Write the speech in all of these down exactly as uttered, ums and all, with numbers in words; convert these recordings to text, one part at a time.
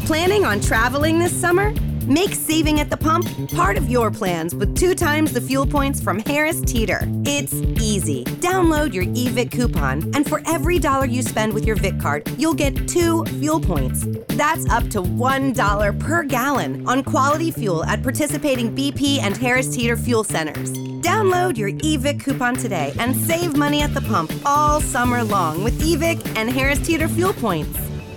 Planning on traveling this summer? Make saving at the pump part of your plans with two times the fuel points from Harris Teeter. It's easy. Download your E V I C coupon, and for every dollar you spend with your V I C card, you'll get two fuel points. That's up to one dollar per gallon on quality fuel at participating B P and Harris Teeter fuel centers. Download your E V I C coupon today and save money at the pump all summer long with E V I C and Harris Teeter fuel points.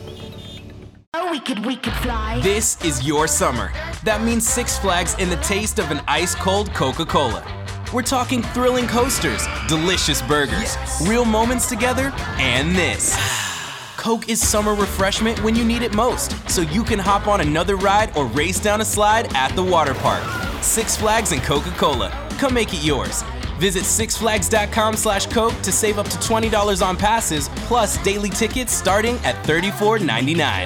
Oh, we could, we could fly. This is your summer. That means Six Flags and the taste of an ice-cold Coca-Cola. We're talking thrilling coasters, delicious burgers, yes. real moments together, and this. Coke is summer refreshment when you need it most, so you can hop on another ride or race down a slide at the water park. Six Flags and Coca-Cola. Come make it yours. Visit sixflags.com slash Coke to save up to twenty dollars on passes, plus daily tickets starting at thirty-four ninety-nine.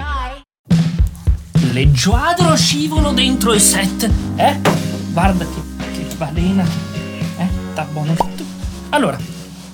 Leggiadro scivolo dentro il set. Eh? Guarda che, che balena. Eh? Sta buono tutto. Allora.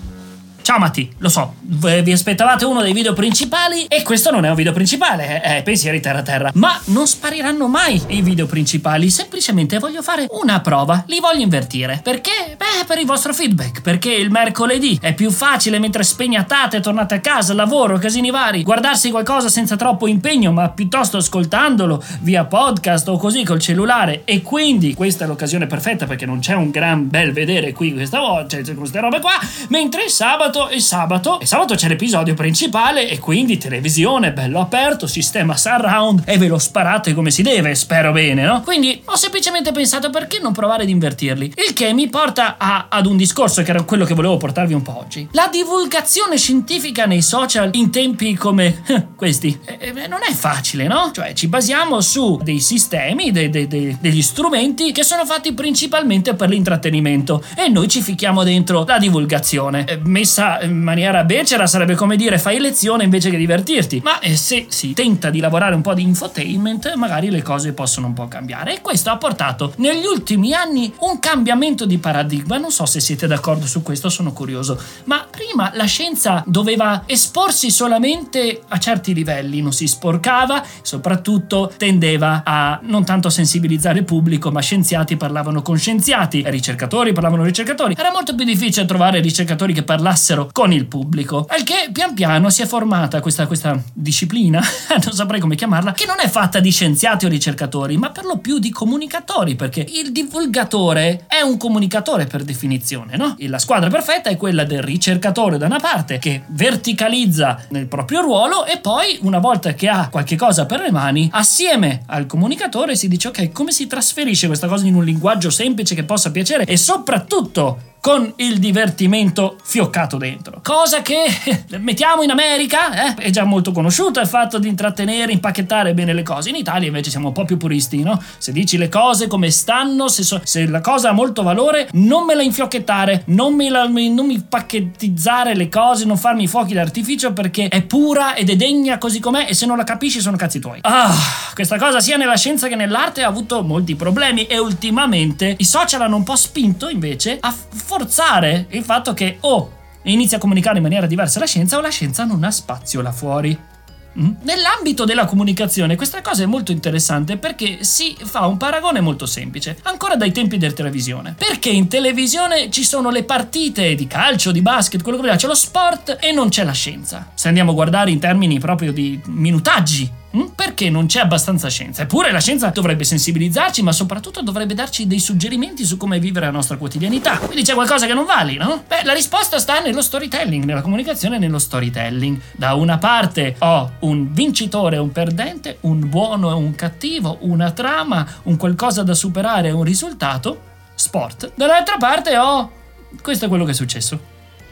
Ciao Matti, lo so, vi aspettavate uno dei video principali e questo non è un video principale, è pensieri terra terra. Ma non spariranno mai i video principali, semplicemente voglio fare una prova, li voglio invertire. Perché? Beh, per il vostro feedback, perché il mercoledì è più facile mentre spegnatate, tornate a casa, lavoro, casini vari, guardarsi qualcosa senza troppo impegno, ma piuttosto ascoltandolo via podcast o così col cellulare, e quindi questa è l'occasione perfetta perché non c'è un gran bel vedere qui questa volta, cioè queste robe qua, mentre il sabato e sabato e sabato c'è l'episodio principale e quindi televisione bello aperto, sistema surround e ve lo sparate come si deve, spero bene, no? Quindi ho semplicemente pensato perché non provare ad invertirli, il che mi porta a, ad un discorso che era quello che volevo portarvi un po' oggi. La divulgazione scientifica nei social in tempi come eh, questi eh, non è facile, no? Cioè ci basiamo su dei sistemi, de, de, de, degli strumenti che sono fatti principalmente per l'intrattenimento e noi ci fichiamo dentro la divulgazione eh, messa in maniera becera sarebbe come dire fai lezione invece che divertirti, ma eh, se si tenta di lavorare un po' di infotainment magari le cose possono un po' cambiare, e questo ha portato negli ultimi anni un cambiamento di paradigma. Non so se siete d'accordo su questo, sono curioso, ma prima la scienza doveva esporsi solamente a certi livelli, non si sporcava, soprattutto tendeva a non tanto sensibilizzare il pubblico, ma scienziati parlavano con scienziati, ricercatori parlavano con ricercatori, era molto più difficile trovare ricercatori che parlassero con il pubblico, al che pian piano si è formata questa, questa disciplina non saprei come chiamarla, che non è fatta di scienziati o ricercatori, ma per lo più di comunicatori, perché il divulgatore è un comunicatore per definizione, no? La squadra perfetta è quella del ricercatore da una parte che verticalizza nel proprio ruolo e poi una volta che ha qualche cosa per le mani assieme al comunicatore si dice ok, come si trasferisce questa cosa in un linguaggio semplice che possa piacere e soprattutto con il divertimento fioccato dentro. Cosa che, mettiamo in America, eh, è già molto conosciuta il fatto di intrattenere, impacchettare bene le cose. In Italia invece siamo un po' più puristi, no? Se dici le cose come stanno, se, so, se la cosa ha molto valore, non me la infiocchettare, non mi, la, non mi pacchettizzare le cose, non farmi fuochi d'artificio perché è pura ed è degna così com'è e se non la capisci sono cazzi tuoi. Ah, questa cosa sia nella scienza che nell'arte ha avuto molti problemi e ultimamente i social hanno un po' spinto invece a forzare il fatto che o inizia a comunicare in maniera diversa la scienza o la scienza non ha spazio là fuori. Mm? Nell'ambito della comunicazione questa cosa è molto interessante perché si fa un paragone molto semplice, ancora dai tempi della televisione, perché in televisione ci sono le partite di calcio, di basket, quello che vogliamo, c'è lo sport e non c'è la scienza. Se andiamo a guardare in termini proprio di minutaggi, perché non c'è abbastanza scienza. Eppure la scienza dovrebbe sensibilizzarci, ma soprattutto dovrebbe darci dei suggerimenti su come vivere la nostra quotidianità. Quindi c'è qualcosa che non va lì, no? Beh, la risposta sta nello storytelling, nella comunicazione e nello storytelling. Da una parte ho un vincitore e un perdente, un buono e un cattivo, una trama, un qualcosa da superare e un risultato, sport. Dall'altra parte ho questo è quello che è successo.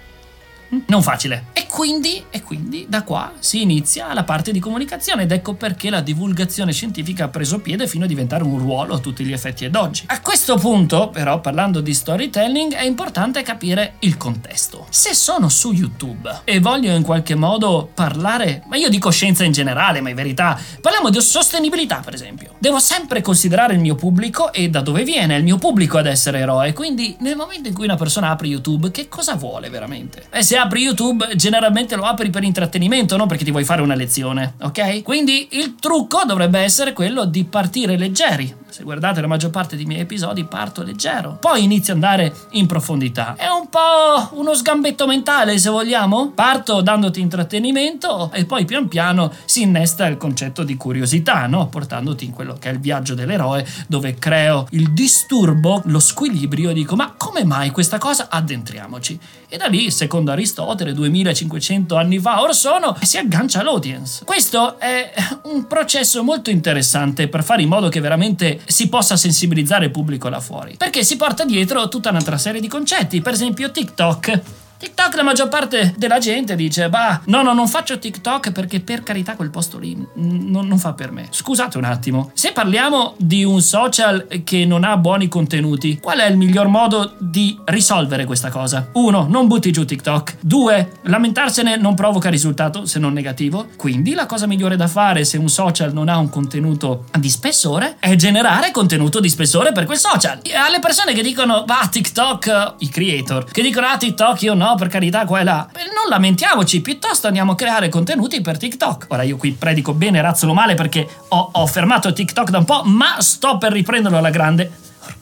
Non facile. E quindi, e quindi da qua si inizia la parte di comunicazione ed ecco perché la divulgazione scientifica ha preso piede fino a diventare un ruolo a tutti gli effetti ed oggi. A questo punto, però, parlando di storytelling, è importante capire il contesto. Se sono su YouTube e voglio in qualche modo parlare, ma io dico scienza in generale, ma in verità parliamo di sostenibilità, per esempio. Devo sempre considerare il mio pubblico e da dove viene il mio pubblico ad essere eroe. Quindi nel momento in cui una persona apre YouTube, che cosa vuole veramente? E se apri YouTube generalmente lo apri per intrattenimento, non perché ti vuoi fare una lezione, ok? Quindi il trucco dovrebbe essere quello di partire leggeri. Se guardate la maggior parte dei miei episodi parto leggero, poi inizio ad andare in profondità. È un po' uno sgambetto mentale, se vogliamo. Parto dandoti intrattenimento e poi pian piano si innesta il concetto di curiosità, no? Portandoti in quello che è il viaggio dell'eroe, dove creo il disturbo, lo squilibrio e dico: ma come mai questa cosa? Addentriamoci. E da lì, secondo Aristotele, duemilacinquecento anni fa or sono, si aggancia l'audience. Questo è un processo molto interessante per fare in modo che veramente si possa sensibilizzare il pubblico là fuori, perché si porta dietro tutta un'altra serie di concetti. Per esempio TikTok. TikTok, la maggior parte della gente dice: bah, no, no, non faccio TikTok perché per carità quel posto lì non, non fa per me. Scusate un attimo, se parliamo di un social che non ha buoni contenuti, qual è il miglior modo di risolvere questa cosa? Uno, non butti giù TikTok. Due, lamentarsene non provoca risultato se non negativo. Quindi la cosa migliore da fare se un social non ha un contenuto di spessore è generare contenuto di spessore per quel social. E alle persone che dicono: bah, TikTok, i creator, che dicono: ah, TikTok io no, per carità, qua e là. Beh, non lamentiamoci, piuttosto andiamo a creare contenuti per TikTok. Ora io qui predico bene, razzolo male, perché ho, ho fermato TikTok da un po', ma sto per riprenderlo alla grande.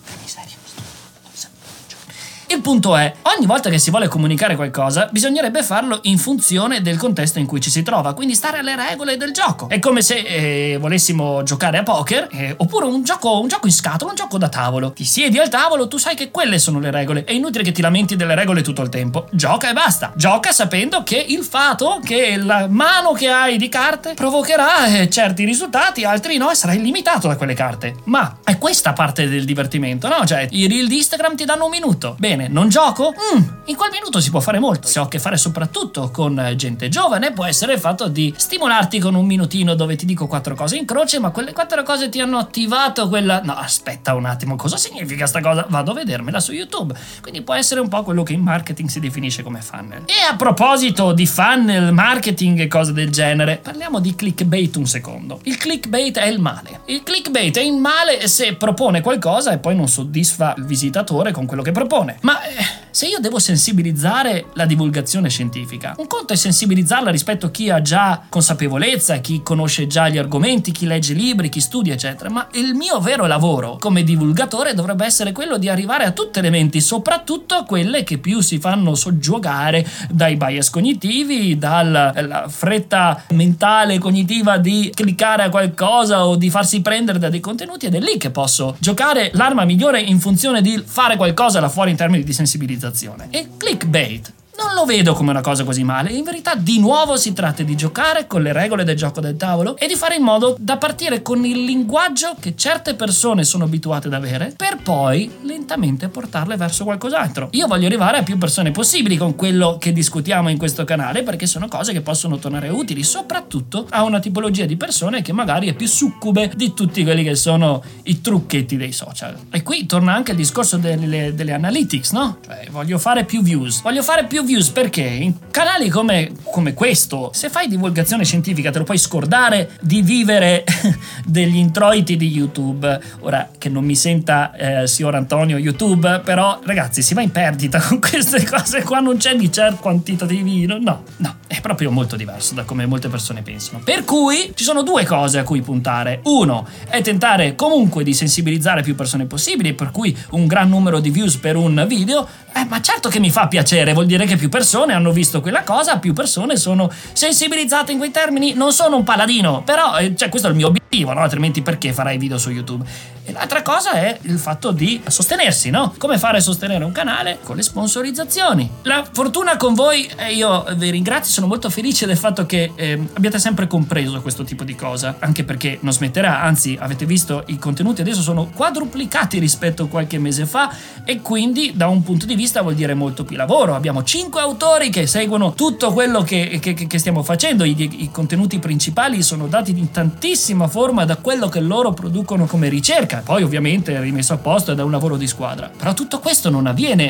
Il punto è, ogni volta che si vuole comunicare qualcosa, bisognerebbe farlo in funzione del contesto in cui ci si trova, quindi stare alle regole del gioco. È come se eh, volessimo giocare a poker, eh, oppure un gioco, un gioco in scatola, un gioco da tavolo. Ti siedi al tavolo, tu sai che quelle sono le regole, è inutile che ti lamenti delle regole tutto il tempo. Gioca e basta. Gioca sapendo che il fato che la mano che hai di carte provocherà eh, certi risultati, altri no, e sarai limitato da quelle carte. Ma è questa parte del divertimento, no? Cioè, i reel di Instagram ti danno un minuto. Bene. Non gioco? Mm, in quel minuto si può fare molto. Se ho a che fare soprattutto con gente giovane, può essere il fatto di stimolarti con un minutino dove ti dico quattro cose in croce, ma quelle quattro cose ti hanno attivato quella... No, aspetta un attimo, cosa significa sta cosa? Vado a vedermela su YouTube. Quindi può essere un po' quello che in marketing si definisce come funnel. E a proposito di funnel, marketing e cose del genere, parliamo di clickbait un secondo. Il clickbait è il male. Il clickbait è il male se propone qualcosa e poi non soddisfa il visitatore con quello che propone. Ma eh, se io devo sensibilizzare la divulgazione scientifica, un conto è sensibilizzarla rispetto a chi ha già consapevolezza, chi conosce già gli argomenti, chi legge libri, chi studia, eccetera. Ma il mio vero lavoro come divulgatore dovrebbe essere quello di arrivare a tutte le menti, soprattutto a quelle che più si fanno soggiogare dai bias cognitivi, dalla fretta mentale cognitiva di cliccare a qualcosa o di farsi prendere da dei contenuti, ed è lì che posso giocare l'arma migliore in funzione di fare qualcosa là fuori in termini di sensibilizzazione. E clickbait non lo vedo come una cosa così male. In verità, di nuovo, si tratta di giocare con le regole del gioco del tavolo e di fare in modo da partire con il linguaggio che certe persone sono abituate ad avere, per poi lentamente portarle verso qualcos'altro. Io voglio arrivare a più persone possibili con quello che discutiamo in questo canale, perché sono cose che possono tornare utili soprattutto a una tipologia di persone che magari è più succube di tutti quelli che sono i trucchetti dei social. E qui torna anche il discorso delle, delle analytics, no? Cioè, voglio fare più views. Voglio fare più views perché in canali come, come questo, se fai divulgazione scientifica te lo puoi scordare di vivere degli introiti di YouTube. Ora, che non mi senta eh, signor Antonio YouTube, però ragazzi, si va in perdita con queste cose qua, non c'è di certo quantitativi, no, no, no, è proprio molto diverso da come molte persone pensano. Per cui ci sono due cose a cui puntare. Uno è tentare comunque di sensibilizzare più persone possibili, per cui un gran numero di views per un video, eh, ma certo che mi fa piacere, vuol dire che più persone hanno visto quella cosa, più persone sono sensibilizzate in quei termini. Non sono un paladino, però eh, cioè, questo è il mio obiettivo, no? Altrimenti perché farai video su YouTube? E l'altra cosa è il fatto di sostenersi, no? Come fare a sostenere un canale? Con le sponsorizzazioni. La fortuna con voi, eh, io vi ringrazio, sono molto felice del fatto che eh, abbiate sempre compreso questo tipo di cosa, anche perché non smetterà, anzi avete visto i contenuti adesso sono quadruplicati rispetto a qualche mese fa, e quindi da un punto di vista vuol dire molto più lavoro. Abbiamo cinque autori che seguono tutto quello che, che, che stiamo facendo, I, i contenuti principali sono dati in tantissima forma da quello che loro producono come ricerca, poi ovviamente rimesso a posto da un lavoro di squadra. Però tutto questo non avviene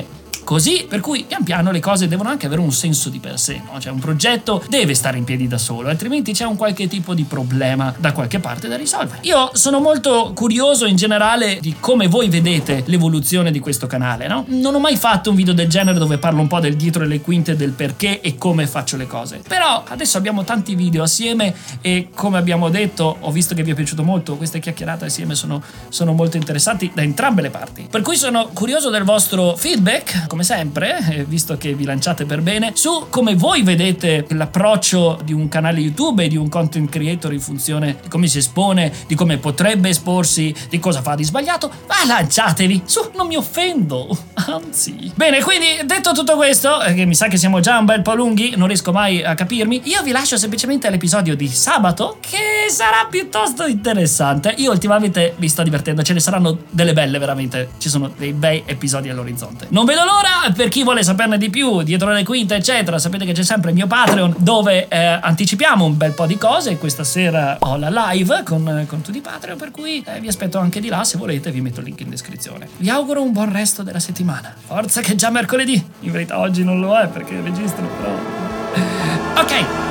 così, per cui pian piano le cose devono anche avere un senso di per sé, no? Cioè un progetto deve stare in piedi da solo, altrimenti c'è un qualche tipo di problema da qualche parte da risolvere. Io sono molto curioso in generale di come voi vedete l'evoluzione di questo canale, no? Non ho mai fatto un video del genere dove parlo un po' del dietro e le quinte, del perché e come faccio le cose, però adesso abbiamo tanti video assieme e come abbiamo detto, ho visto che vi è piaciuto molto, queste chiacchierate assieme sono, sono molto interessanti da entrambe le parti, per cui sono curioso del vostro feedback, come sempre, eh, visto che vi lanciate per bene, su come voi vedete l'approccio di un canale YouTube e di un content creator in funzione di come si espone, di come potrebbe esporsi, di cosa fa di sbagliato, ma lanciatevi, su, non mi offendo, anzi. Bene, quindi detto tutto questo, eh, che mi sa che siamo già un bel po' lunghi, non riesco mai a capirmi, io vi lascio semplicemente all'episodio di sabato, che sarà piuttosto interessante. Io ultimamente mi sto divertendo, ce ne saranno delle belle veramente, ci sono dei bei episodi all'orizzonte. Non vedo l'ora. Per chi vuole saperne di più, dietro le quinte eccetera, sapete che c'è sempre il mio Patreon dove eh, anticipiamo un bel po' di cose. Questa sera ho la live con, con tutti i Patreon, per cui eh, vi aspetto anche di là, se volete vi metto il link in descrizione. Vi auguro un buon resto della settimana, forza che è già mercoledì, in verità oggi non lo è perché registro, però ok.